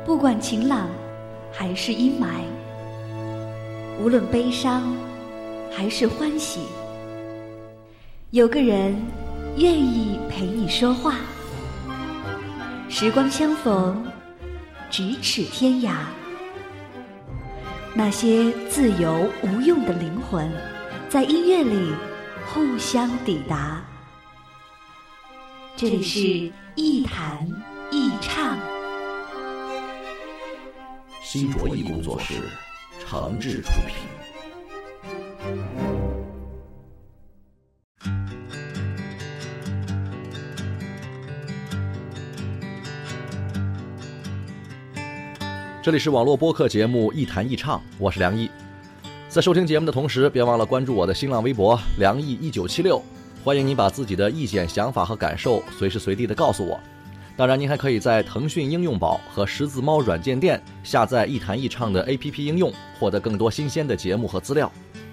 不管晴朗还是阴霾，无论悲伤还是欢喜，有个人愿意陪你说话。时光相逢，咫尺天涯。那些自由无用的灵魂，在音乐里互相抵达。这里是一弹一唱， 新卓艺工作室诚挚出品。这里是网络播客节目一弹一唱，我是梁毅。在收听节目的同时，别忘了关注我的新浪微博梁毅1976，欢迎您把自己的意见、想法和感受随时随地的告诉我。当然您还可以在腾讯应用宝和十字猫软件店下载一弹一唱的 APP 应用，获得更多新鲜的节目和资料。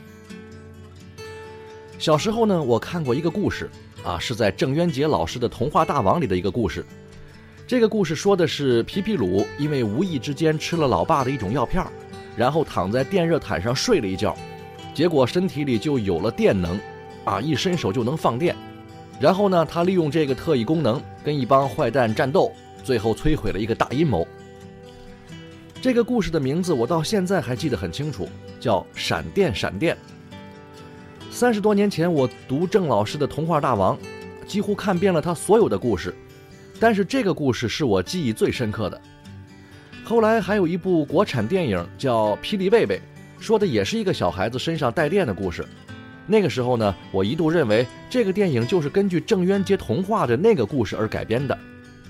小时候呢，我看过一个故事是在郑渊洁老师的童话大王里的一个故事。这个故事说的是皮皮鲁因为无意之间吃了老爸的一种药片，然后躺在电热毯上睡了一觉，结果身体里就有了电能一伸手就能放电。然后呢，他利用这个特异功能跟一帮坏蛋战斗，最后摧毁了一个大阴谋。这个故事的名字我到现在还记得很清楚，叫闪电闪电。30多年前我读郑老师的童话大王，几乎看遍了他所有的故事，但是这个故事是我记忆最深刻的。后来还有一部国产电影叫《霹雳贝贝》，说的也是一个小孩子身上带电的故事。那个时候呢，我一度认为这个电影就是根据郑渊洁童话的那个故事而改编的。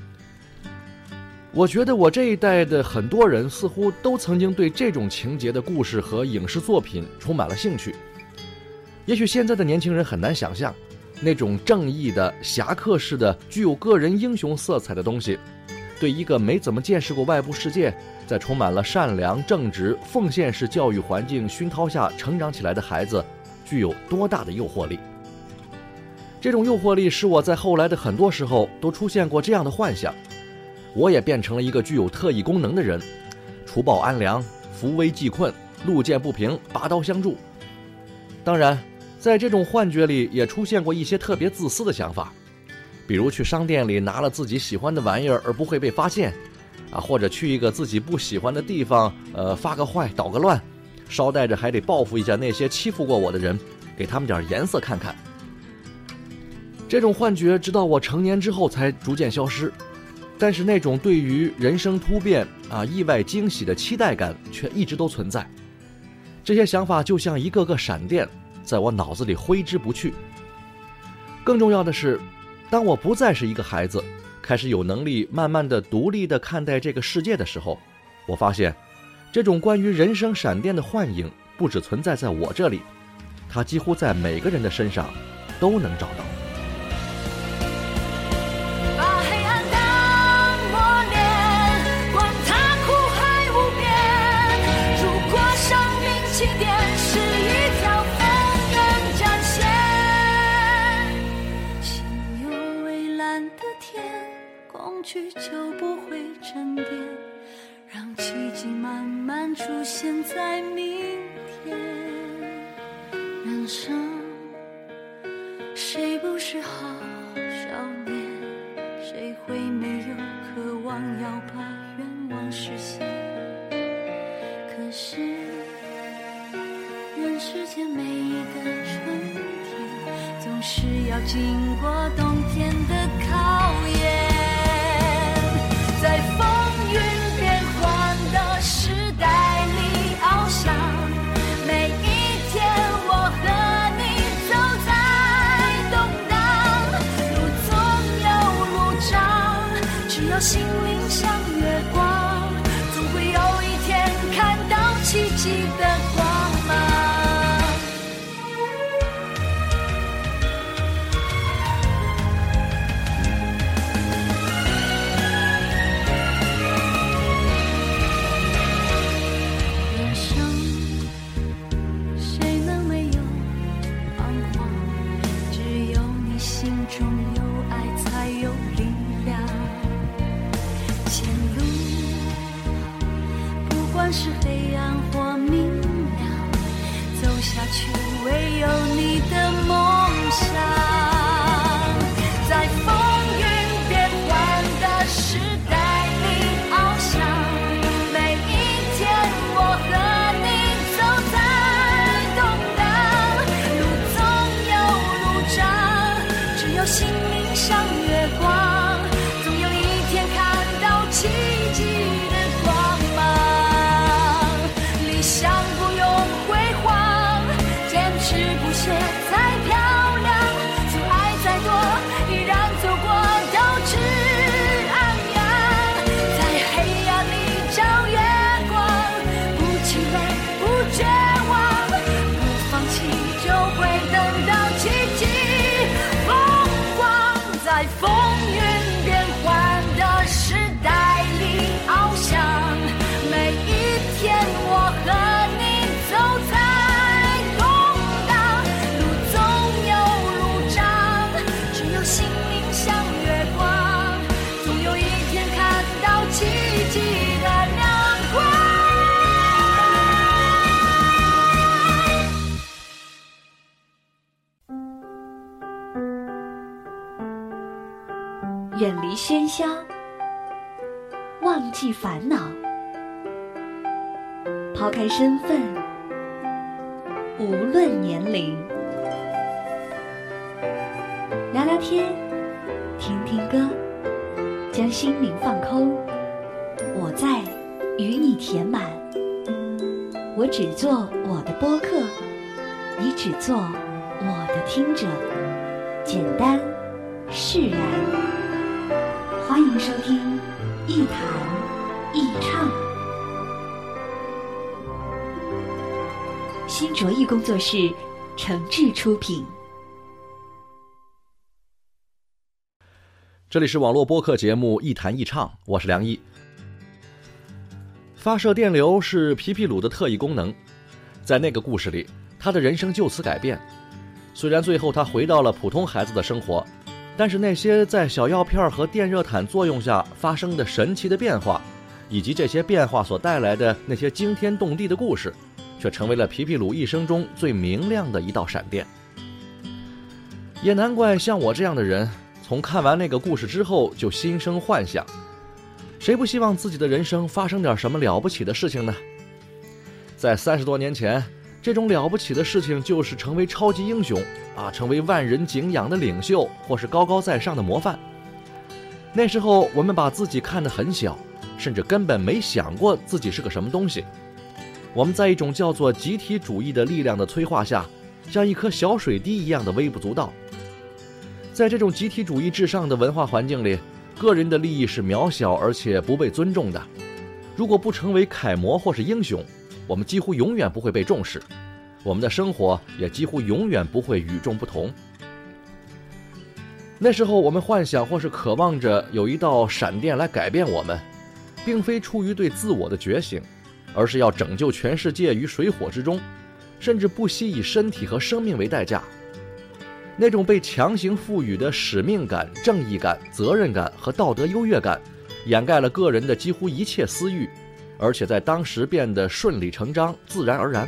我觉得我这一代的很多人似乎都曾经对这种情节的故事和影视作品充满了兴趣。也许现在的年轻人很难想象，那种正义的、侠客式的、具有个人英雄色彩的东西，对一个没怎么见识过外部世界，在充满了善良、正直、奉献式教育环境熏陶下成长起来的孩子，具有多大的诱惑力。这种诱惑力使我在后来的很多时候都出现过这样的幻想，我也变成了一个具有特异功能的人，除暴安良，扶危济困，路见不平，拔刀相助。当然在这种幻觉里也出现过一些特别自私的想法，比如去商店里拿了自己喜欢的玩意儿而不会被发现或者去一个自己不喜欢的地方发个坏捣个乱，捎带着还得报复一下那些欺负过我的人，给他们点颜色看看。这种幻觉直到我成年之后才逐渐消失，但是那种对于人生突变意外惊喜的期待感却一直都存在。这些想法就像一个个闪电，在我脑子里挥之不去。更重要的是，当我不再是一个孩子，开始有能力慢慢的独立的看待这个世界的时候，我发现这种关于人生闪电的幻影不只存在在我这里，它几乎在每个人的身上都能找到。 就不会沉淀，让奇迹慢慢出现在明天。人生谁不是好少年，谁会没有渴望要把愿望实现？可是人世间每一个春天，总是要经过冬天的考验。在风云变幻的时代里翱翔，每一天我和你走在动荡，路总有路障，只要心灵像月光，总会有一天看到奇迹的光芒。 管是黑暗或明亮，走下去唯有你的梦想。在风云变幻的时代里翱翔，每一天我和你走在动荡，路总有路障，只有心灵像月光，总有一天看到奇迹的光芒。理想不用辉煌，坚持不懈才漂亮，阻碍再多依然走过斗志昂扬，在黑暗里找月光，不气馁不绝望，不放弃就会等到奇迹风光。在风云变幻的时代里翱翔，每一天我和你走在动荡，路总有路障，只有心灵像月光，总有一天看到奇迹的亮光。 远离喧嚣，忘记烦恼，抛开身份，无论年龄，聊聊天，听听歌，将心灵放空。我在，与你填满。我只做我的播客，你只做我的听者。简单，释然。欢迎收听一谈一唱。新卓艺工作室诚挚出品。 这里是网络播客节目一谈一唱，我是梁毅。发射电流是皮皮鲁的特异功能，在那个故事里，他的人生就此改变。虽然最后他回到了普通孩子的生活，但是那些在小药片和电热毯作用下发生的神奇的变化，以及这些变化所带来的那些惊天动地的故事，却成为了皮皮鲁一生中最明亮的一道闪电。也难怪像我这样的人，从看完那个故事之后就心生幻想，谁不希望自己的人生发生点什么了不起的事情呢？在30多年前，这种了不起的事情就是成为超级英雄成为万人敬仰的领袖，或是高高在上的模范。那时候我们把自己看得很小，甚至根本没想过自己是个什么东西。我们在一种叫做集体主义的力量的催化下，像一颗小水滴一样的微不足道。在这种集体主义至上的文化环境里，个人的利益是渺小而且不被尊重的。如果不成为楷模或是英雄，我们几乎永远不会被重视，我们的生活也几乎永远不会与众不同。那时候我们幻想或是渴望着有一道闪电来改变我们，并非出于对自我的觉醒，而是要拯救全世界于水火之中，甚至不惜以身体和生命为代价。那种被强行赋予的使命感、正义感、责任感和道德优越感，掩盖了个人的几乎一切私欲，而且在当时变得顺理成章、自然而然。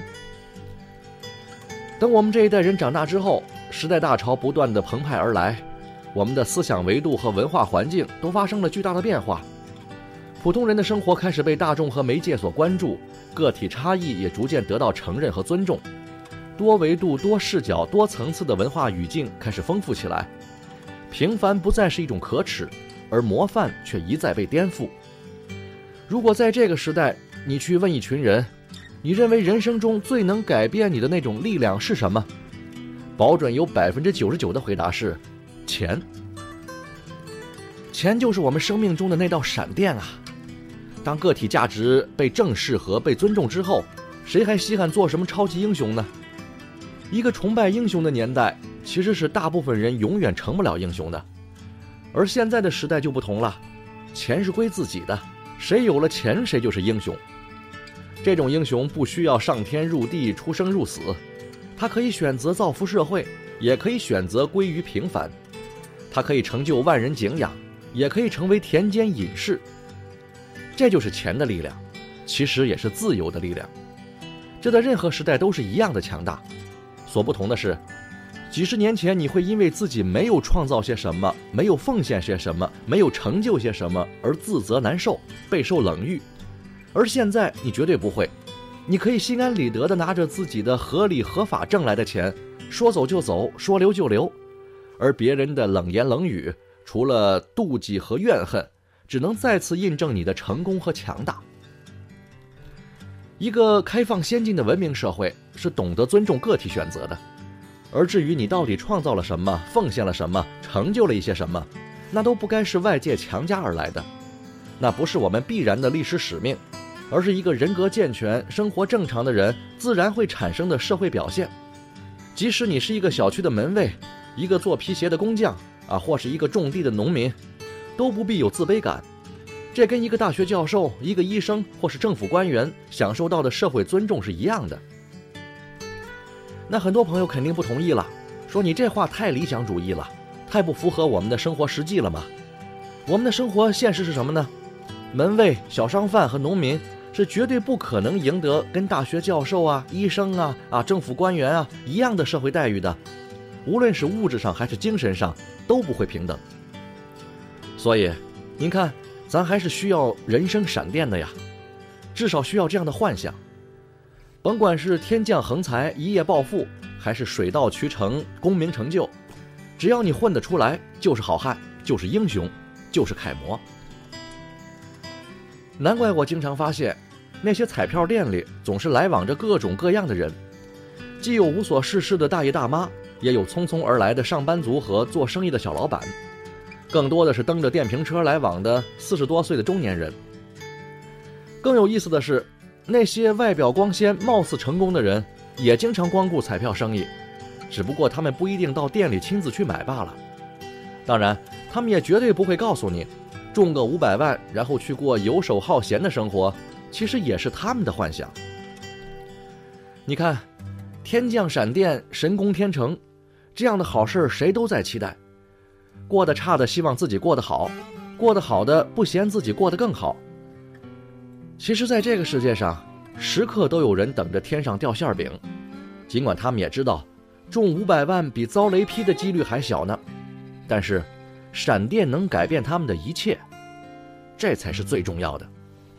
等我们这一代人长大之后，时代大潮不断地澎湃而来，我们的思想维度和文化环境都发生了巨大的变化。普通人的生活开始被大众和媒介所关注，个体差异也逐渐得到承认和尊重。多维度、多视角、多层次的文化语境开始丰富起来，平凡不再是一种可耻，而模范却一再被颠覆。如果在这个时代，你去问一群人，你认为人生中最能改变你的那种力量是什么？保准有99%的回答是钱。钱就是我们生命中的那道闪电啊！当个体价值被正视和被尊重之后，谁还稀罕做什么超级英雄呢？一个崇拜英雄的年代，其实是大部分人永远成不了英雄的。而现在的时代就不同了，钱是归自己的，谁有了钱谁就是英雄。这种英雄不需要上天入地、出生入死，他可以选择造福社会，也可以选择归于平凡。他可以成就万人敬仰，也可以成为田间隐士。这就是钱的力量， 其实也是自由的力量。这在任何时代都是一样的强大，所不同的是，几十年前你会因为自己没有创造些什么，没有奉献些什么，没有成就些什么而自责难受，备受冷遇。而现在你绝对不会，你可以心安理得地拿着自己的合理合法挣来的钱，说走就走，说留就留，而别人的冷言冷语，除了妒忌和怨恨，只能再次印证你的成功和强大。一个开放先进的文明社会是懂得尊重个体选择的，而至于你到底创造了什么，奉献了什么，成就了一些什么，那都不该是外界强加而来的，那不是我们必然的历史使命，而是一个人格健全、生活正常的人自然会产生的社会表现。即使你是一个小区的门卫，一个做皮鞋的工匠或是一个种地的农民，都不必有自卑感。这跟一个大学教授、一个医生或是政府官员享受到的社会尊重是一样的。那很多朋友肯定不同意了，说你这话太理想主义了，太不符合我们的生活实际了嘛。我们的生活现实是什么呢？门卫、小商贩和农民是绝对不可能赢得跟大学教授医生政府官员一样的社会待遇的，无论是物质上还是精神上都不会平等。所以您看，咱还是需要人生闪电的呀，至少需要这样的幻想。甭管是天降横财一夜暴富，还是水到渠成功名成就，只要你混得出来，就是好汉，就是英雄，就是楷模。难怪我经常发现，那些彩票店里总是来往着各种各样的人，既有无所事事的大爷大妈，也有匆匆而来的上班族和做生意的小老板，更多的是蹬着电瓶车来往的40多岁的中年人。更有意思的是，那些外表光鲜、貌似成功的人，也经常光顾彩票生意，只不过他们不一定到店里亲自去买罢了。当然，他们也绝对不会告诉你，中个500万，然后去过游手好闲的生活，其实也是他们的幻想。你看，天降闪电，神功天成，这样的好事谁都在期待。过得差的希望自己过得好，过得好的不嫌自己过得更好。其实在这个世界上，时刻都有人等着天上掉馅饼，尽管他们也知道中500万比遭雷劈的几率还小呢，但是闪电能改变他们的一切，这才是最重要的。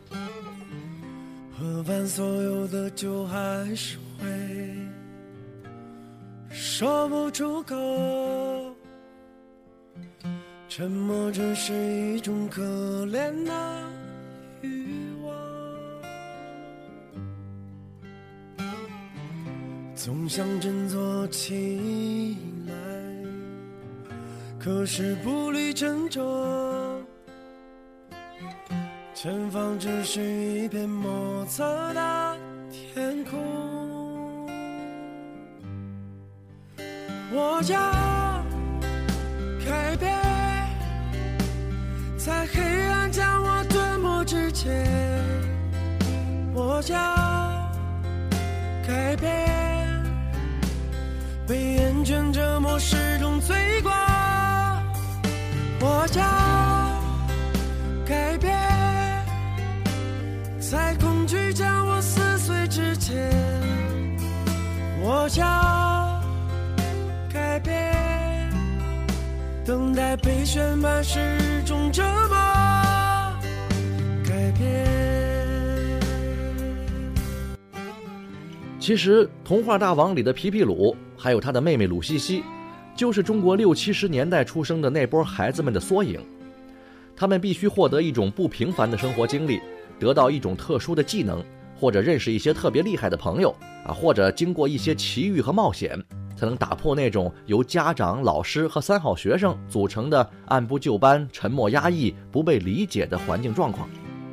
喝完所有的酒还是会说不出口，沉默只是一种可怜的欲望，总想振作起来，可是步履沉重，前方只是一片莫测的天空。我要改变，在黑暗将我吞没之前，我要改变，被厌倦折磨是种罪过。我要改变，在恐惧将我撕碎之前，我要改变，等待被选拔是种折磨，改变。 其实童话大王里的皮皮鲁还有他的妹妹鲁西西，就是中国60、70年代出生的那波孩子们的缩影。他们必须获得一种不平凡的生活经历，得到一种特殊的技能，或者认识一些特别厉害的朋友或者经过一些奇遇和冒险，才能打破那种由家长、老师和3好学生组成的按部就班、沉默压抑、不被理解的环境状况。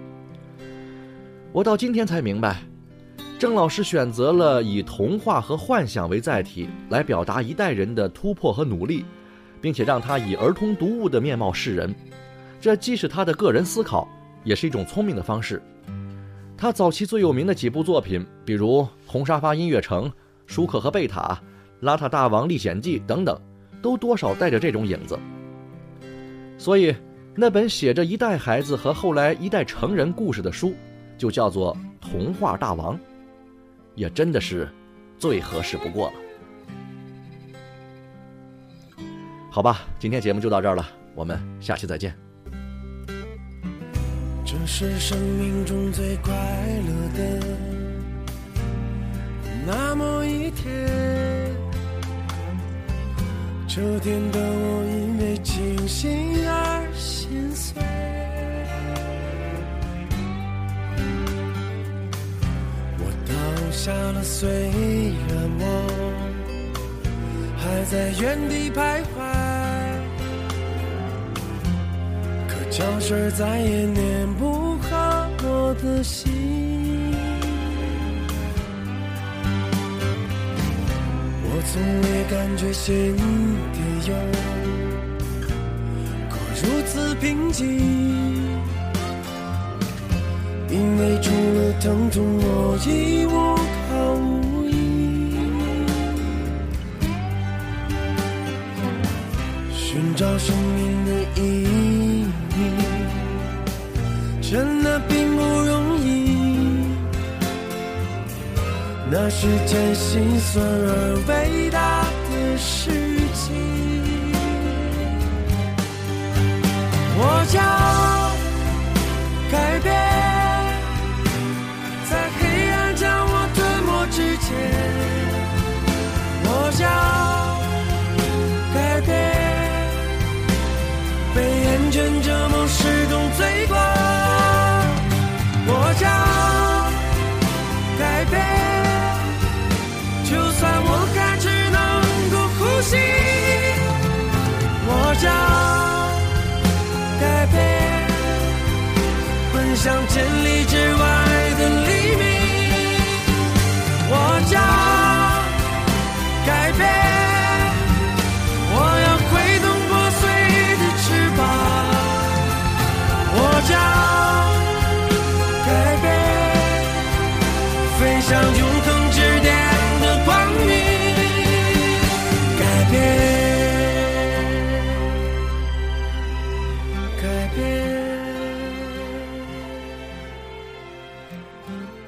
我到今天才明白，郑老师选择了以童话和幻想为载体，来表达一代人的突破和努力，并且让他以儿童读物的面貌示人。这既是他的个人思考，也是一种聪明的方式。他早期最有名的几部作品，比如《红沙发音乐城》、《舒克和贝塔》、《邋遢大王历险记》等等，都多少带着这种影子。所以那本写着一代孩子和后来一代成人故事的书， 就叫做童话大王，也真的是最合适不过了。好吧，今天节目就到这儿了，我们下期再见。 这是生命中最快乐的那么一天，这天的我因为清醒而心碎，我倒下了，虽然我还在原地徘徊，可胶水再也粘不好我的心。我从未感觉心底有过如此平静，因为除了疼痛我已无靠无依。寻找生命的意义真的并不容易，那是件心酸而伟大的事情。我要改变，在黑暗将我吞没之前，我要改变，被厌倦折磨始终罪过。我要改变，就算我还只能够呼吸。我要改变，奔向千里之外的黎明。我要改变，我要挥动破碎的翅膀。我要改变，飞向永恒之巅的光明。改变，改变。